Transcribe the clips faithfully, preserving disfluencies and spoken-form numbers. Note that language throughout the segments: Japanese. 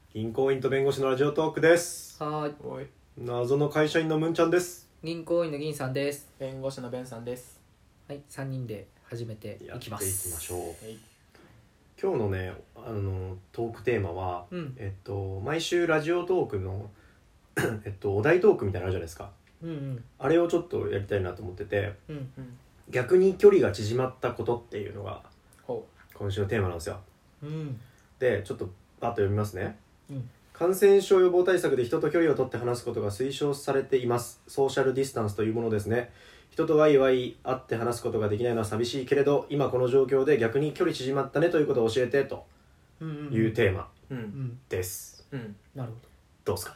銀行員と弁護士のラジオトークです。 はーい。 おい。 謎の会社員のむんちゃんです。 銀行員の銀さんです。 弁護士の弁さんです。 はい、さんにんで始めていきます。 やっていきましょう。 はい、 今日のね、あのトークテーマは、 うん、 えっと毎週ラジオトークのえっとお題トークみたいなのあるじゃないですか。 うんうんあれをちょっとやりたいなと思ってて、 うんうん、 逆に距離が縮まったことっていうのがほ今週のテーマなんですよ。 うん、 で、ちょっとパッと読みますね。 うん、 感染症予防対策で人と距離を取って話すことが推奨されています。ソーシャルディスタンスというものですね。人とワイワイ会って話すことができないのは寂しいけれど、今この状況で逆に距離縮まったねということを教えてというテーマう。うんです。 うん。 なるほどうですか？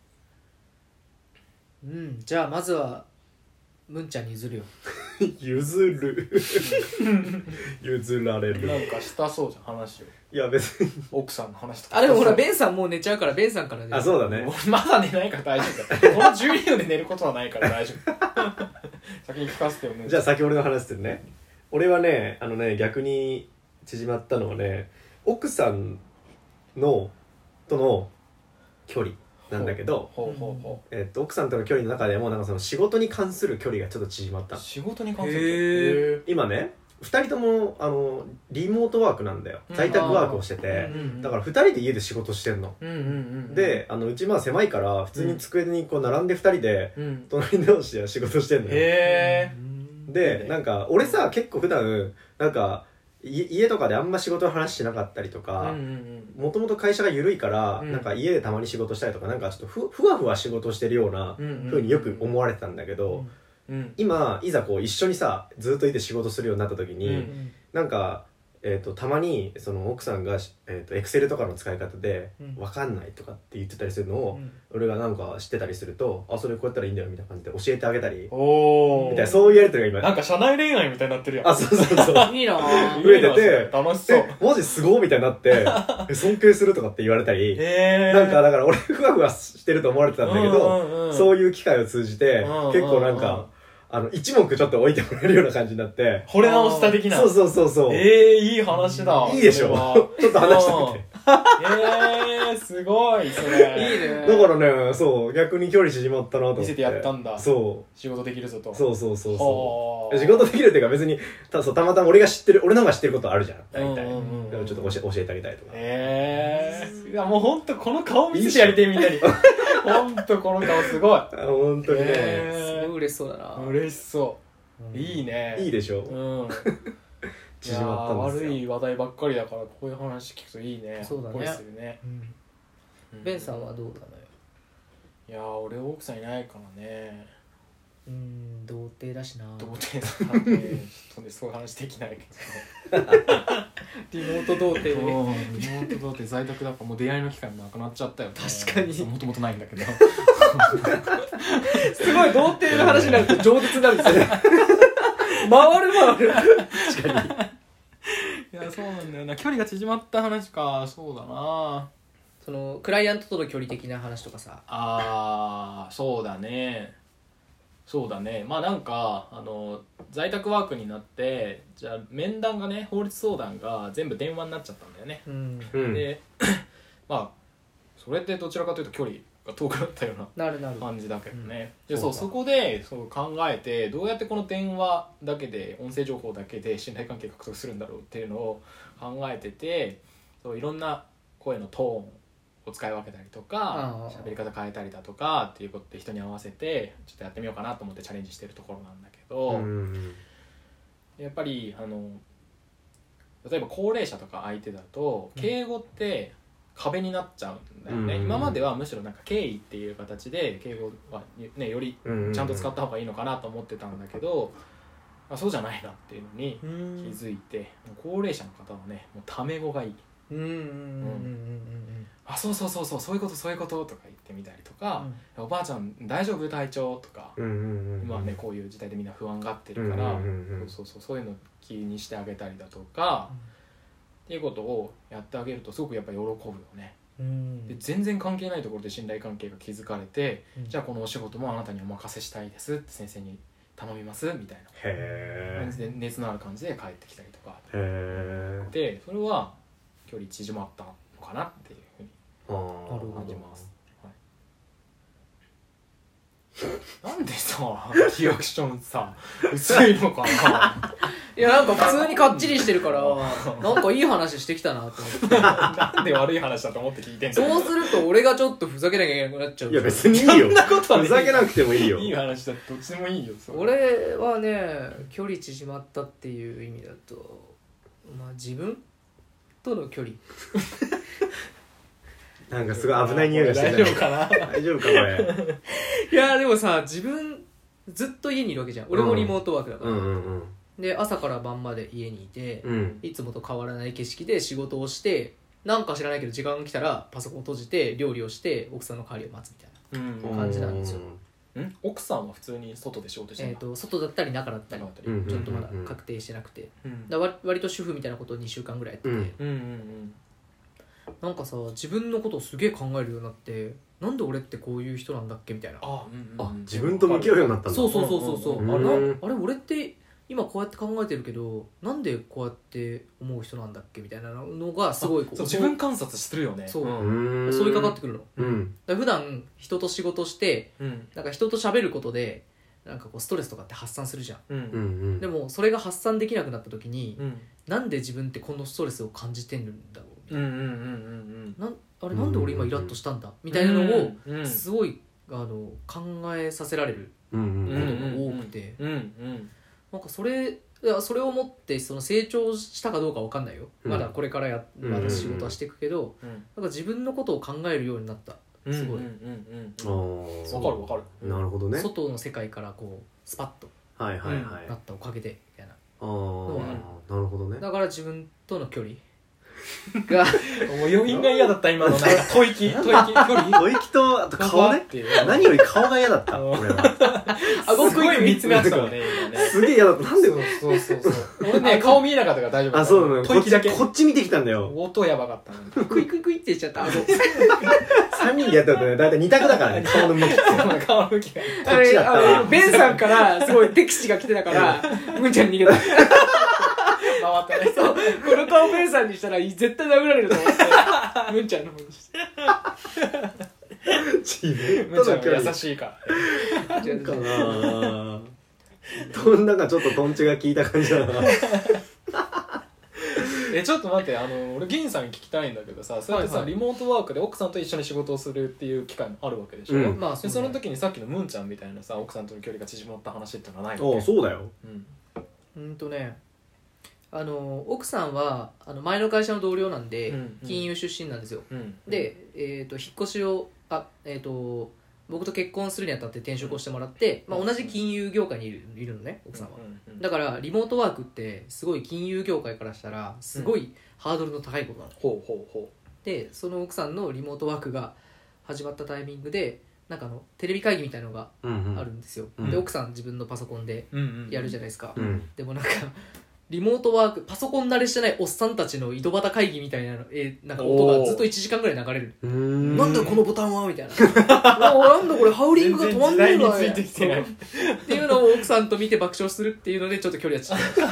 ど。うん、じゃあまずはむんちゃんに譲るよ。 譲る譲られる。 なんかしたそうじゃん話を。 いや別に奥さんの話とか。 あ、でもほらベンさんもう寝ちゃうからベンさんからで。 あ、そうだね。 俺まだ寝ないから大丈夫だよ。このじゅうにふんで寝ることはないから大丈夫。先に聞かせてよね。 じゃあ先俺の話するね。俺はね、あのね、逆に縮まったのはね、奥さんのとの距離なんだけど、 ほうほうほえっと、奥さんとの距離の中でもなんかその仕事に関する距離がちょっと縮まったう。仕事に関する。 へへ今ね、ふたりともあのリモートワークなんだよ。在宅ワークをしてて、 うんうんだからふたりで家で仕事してんの。 うんうんうん。 で、あのうちまあ狭いから普通に机にこう並んでふたりでうん。 隣同士で仕事してんのよ。 へー。 で、なんか俺さ結構普段なんかい家とかであんま仕事の話しなかったりとー。 か、 うんうんもともと会社が緩いから、 うんなんか家でたまに仕事したりとかなんかちょっと ふ, ふわふわ仕事してるようなうん。 風によく思われてたんだけど、 うん。 今いざこう一緒にさずっといて仕事するようになった時に、 うんなんか、えー、とたまにその奥さんが、えー、と Excel とかの使い方でうん分かんないとかって言ってたりするのを、 うん俺がなんか知ってたりすると、あ、それこうやったらいいんだよみたいな感じで教えてあげたりおー。 みたいな、そういうやりとりが今なんか社内恋愛みたいになってるやん。 あ、そうそうそういいなぁ。 増えてて楽しそう。 え、マジすごいみたいになってえ尊敬するとかって言われたり、 へー。 なんかだから俺ふわふわしてると思われてたんだけど、 うんうんうん、 そういう機会を通じて、 うんうんうん、 結構なんかあの一目ちょっと置いてもらえるような感じになって、 惚れ直した的な。 そうそうそうそう、 えー、いい話だ。 いいでしょちょっと話してみて。 えー、すごいそれ。 いいね。 だからね、そう逆に距離縮まったなと思って見せてやったんだ。 そ仕事できるぞと。 うそうそうそうそはーう仕事できるっていうか別に た, そうたまたま俺が知ってる俺の方が知ってることあるじゃん大体、 うんうんうんでもちょっと教え教えてあげたりとか、 えー、いやもうほんとこの顔見せてやりてえみんなに。ほんとこの顔すごい。 あ本当にね、 えすごい嬉しそうだな。 ー、嬉しそううんいいね。 いいでしょ、 うん。 縮まったんですよ。 いやー悪い話題ばっかりだからこういう話聞くといいね。 そうだねほっこりするね。 うんうんベンさんはどうなのよ。 いやー俺奥さんいないからね。 うーん、童貞だしな。 童貞だからね。ちょっとねそういう話できないけどね。 リモート童貞うん、 で。 リモートだって在宅だからもう出会いの機会もなくなっちゃったよね。 確かにもともとないんだけど。 すごい童貞の話になると饒舌なんですよね。回る回る。 確かにいやそうなんだよな。距離が縮まった話か。そうだな。 そのクライアントとの距離的な話とかさ。 あーそうだね。そうだね。まあなんかあの在宅ワークになってじゃあ面談がね法律相談が全部電話になっちゃったんだよね。 うん。 うんでまあそれってどちらかというと距離が遠くなったようななるなる。 感じだけどね、 うんそうかでそうそこでそう考えてどうやってこの電話だけで音声情報だけで信頼関係獲得するんだろうっていうのを考えてて、そういろんな声のトーンを使い分けたりとか喋り方変えたりだとかっていうことで人に合わせてちょっとやってみようかなと思ってチャレンジしてるところなんだけど、 うんやっぱりあの例えば高齢者とか相手だと敬語って壁になっちゃうんだよね、 うん、 今まではむしろなんか敬意っていう形で敬語は、ね、よりちゃんと使った方がいいのかなと思ってたんだけど、あそうじゃないなっていうのにうん気づいて、もう高齢者の方はねもうタメ語がいい、 うんうんうんうんうんあそうそうそうそうそういうことそういうこととか言ってみたりとか、おばあちゃん大丈夫体調とか、 うんうんうんうん、 今はねこういう時代でみんな不安がってるから、 うんうんうんうん、 そうそうそうそういうの気にしてあげたりだとか、 うんっていうことをやってあげるとすごくやっぱり喜ぶよね。 うんで全然関係ないところで信頼関係が築かれて、 うんじゃあこのお仕事もあなたにお任せしたいですって先生に頼みますみたいなへ感じで熱のある感じで帰ってきたりとかえへで、それは距離縮まったのかなっていうふうにーはあなるほど感じます、はい、なんでさリアクションさ薄いのかな。 いやなんか普通にかっちりしてるからなんかいい話してきたなと思ってなんで悪い話だと思って聞いてんの。 そうすると俺がちょっとふざけなきゃいけなくなっちゃう。 いや別にいいよ。 そんなことはねふざけなくてもいいよ。 いい話だってどっちでもいいよ。それ俺はね距離縮まったっていう意味だとまあ自分との距離なんかすごい危ない匂いがしてる。 大丈夫かな。 大丈夫かこれ。 いやでもさ自分ずっと家にいるわけじゃん。俺もリモートワークだから、 うんうんうんで朝から晩まで家にいて、 うん。 いつもと変わらない景色で仕事をしてなんか知らないけど時間が来たらパソコンを閉じて料理をして奥さんの帰りを待つみたいなうん感じなんですよ。 ん奥さんは普通に外で仕事してるえー、と外だったり中だったりのうんうんうんちょっとまだ確定してなくてうんだ割割と主婦みたいなことをにしゅうかんぐらいやってて、 うんうんうんなんかさ自分のことをすげえ考えるようになってなんで俺ってこういう人なんだっけみたいな。 あ、うんうんうん、 あ自分と向き合うようになったんだ。 そうそうそうそうそう、 うんあれなうんあれ俺って今こうやって考えてるけどなんでこうやって思う人なんだっけみたいなのがすごいこうそう自分観察するよね。 そううんうん。 そういうかかってくるの。だかうんら普段人と仕事してうんなんか人と喋ることでなんかこうストレスとかって発散するじゃん。 うんうんうん。 でもそれが発散できなくなった時に、 うんなんで自分ってこのストレスを感じてるんだろうみたいうんうんうんうんな、なんあれなんで俺今イラッとしたんだみたいなのをうんうんすごいあの考えさせられるうんうんことが多くて、 うんうんなんかそれいやそれをもってその成長したかどうかわかんないよ、 うんまだこれからやまだ仕事はしていくけど、 うんなんか自分のことを考えるようになったうんすごい、 うんうんあーわかるわかる。 なるほどね。 外の世界からこうスパッとはいはいはい。 なったおかげでみたいな。 ああなるほどね。 だから自分との距離がもう余韻が嫌だった今のなんか吐息吐息距離吐息とあと顔ね。 っていう何より顔が嫌だった。俺は。 あごすごい見つめ合ってたもんね今ね。 すげえ嫌だった。なんで？ そうそうそうそう。俺ね顔見えなかったから大丈夫だった。 あそうなの。 吐息だけ。 こっちこっち見てきたんだよ。 音やばかったの。 クイクイクイってしちゃった。あの三人でやったらねだいたい二択だからね顔の向きって。 顔の向きが。 あれあのベンさんからすごい敵視が来てたからむんちゃんに逃げた。 回ったね。 そうこの顔ベンさんにしたら絶対殴られると思ってむんちゃんの方にして自分むちゃんはとの距離。 優しいかなんかなぁ。となんかちょっとトンチが効いた感じだな。 ら。えちょっと待ってあの俺銀さんに聞きたいんだけどさそうやってさ、 はいはいリモートワークで奥さんと一緒に仕事をするっていう機会もあるわけでしょ、 うんまあそうねでその時にさっきのムンちゃんみたいなさ奥さんとの距離が縮まった話ってのはないわけ。 おそうだよ。 うんうんとねあの奥さんはあの前の会社の同僚なんで、 うんうん金融出身なんですよ。 うんで、えー、と引っ越しをあ、えー、と僕と結婚するにあたって転職をしてもらって、まあ、同じ金融業界にいるいるのね奥さんは。 うんうんだからリモートワークってすごい金融業界からしたらすごいハードルの高いことなの。 ほうほうほでその奥さんのリモートワークが始まったタイミングでなんかあのテレビ会議みたいのがうんうん。 あるんですよ。 うんで奥さん自分のパソコンでう、うんうん、 やるじゃないですか。 うん。 でもなんかリモートワークパソコン慣れしてないおっさんたちの井戸端会議みたいなの、えーなんか音がずっといちじかんぐらい流れる。 うーん。 なんだこのボタンはみたいなおなんだこれハウリングが止まんねえわ全然時代についてきてないそうっていうのを奥さんと見て爆笑するっていうのでちょっと距離は近い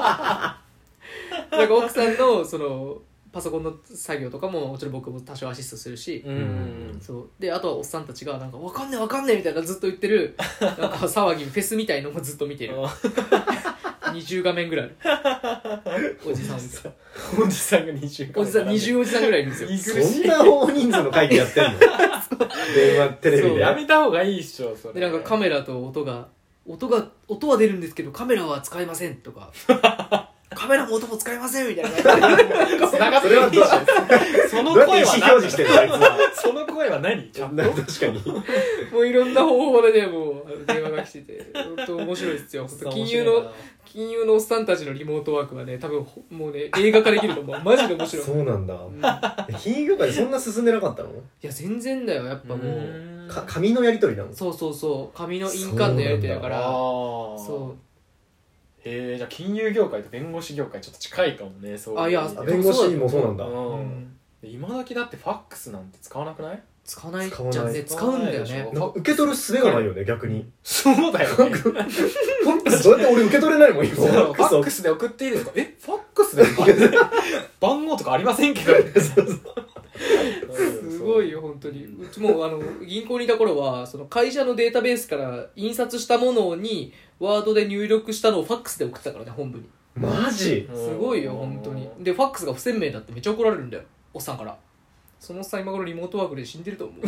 なんか奥さんのそのパソコンの作業とかももちろん僕も多少アシストするし、 うんうんそうであとはおっさんたちがなんか分かんねえ分かんねえみたいなずっと言ってるなんか騒ぎフェスみたいのもずっと見てるにじゅう画面ぐらいあるおじさんですよおじさんがにじゅうおじさんにじゅうおじさんぐらいいるんですよそんな大人数の会議やってんの？電話テレビそうで。 やめた方がいいっしょそれ。 でなんかカメラと音が音が音は出るんですけどカメラは使えませんとかカメラも音も使えませんみたいな繋がってるでしょそのどうやって意思声は何表示してるのあいつは。 その声は何ちゃんと確かに。 もういろんな方法でねもう電話が来てて本当面白いですよ本当金融の金融のおっさんたちのリモートワークはね多分ほもうね映画化できると思うマジで面白い。 そうなんだ。 うんい金融業界でそんな進んでなかったの？ や全然だよやっぱもうか紙のやり取りなの？ そうそうそう紙の印鑑のやり取りだからああそへえじゃあ金融業界と弁護士業界ちょっと近いかもねそううあいや意味であ弁護士もそうなんだ。 う、 ううんん、 今時だってファックスなんて使わなくない？ 使わないじゃん使わないね使うんだよね使わないでしょなんか受け取る術がないよね逆に。 そうだよねファックスどうやって俺受け取れないもん今。 そうファックスで送っていいですか？えファックスで番号とかありませんけどそうそううんごいよ本当に。うちもあの銀行にいた頃はその会社のデータベースから印刷したものにワードで入力したのをファックスで送ってたからね、本部に。 マジすごいよ本当に。でファックスが不鮮明だってめっちゃ怒られるんだよ、おっさんから。そのおっさん今頃リモートワークで死んでると思う。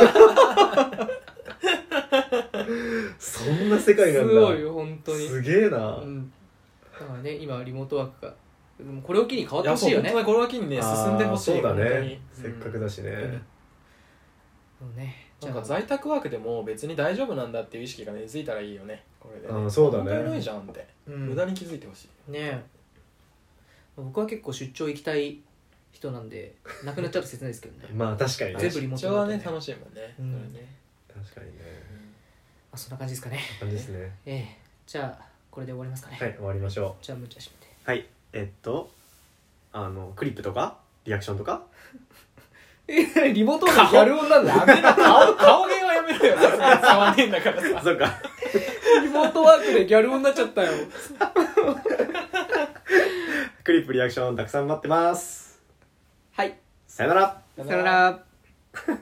そんな世界なんだ。 すごいよ本当に。 すげえな、 うん、だからね今リモートワークがでもこれを機に変わっていやほしいよね。 そう本当にこれを機にね進んでほしい。 そうだ本当ねにせっかくだしね、 そうね、じゃあなんか在宅ワークでも別に大丈夫なんだっていう意識が根付いたらいいよね、これで、ね、 あそうだね問題ないじゃんって、 うん無駄に気づいてほしいねえ、僕は結構出張行きたい人なんでなくなっちゃうと切ないですけどね。 まあ確かにね全部リモート出張はねだと楽しいもんね、 うんそれね、 確かにねあそんな感じですかね。 感じですね。 ええ、じゃあこれで終わりますかね。 はい終わりましょじゃあむちゃしめて。 う。はいえっとあのクリップとかリアクションとかえリモートワークギャル男なんだ。 やめろ顔顔芸はやめろよ、使わねえんだからさ。 そっかリモートワークでギャル男になっちゃったよ。 クリップリアクションたくさん待ってます。 はい、 さよなら。 さよなら。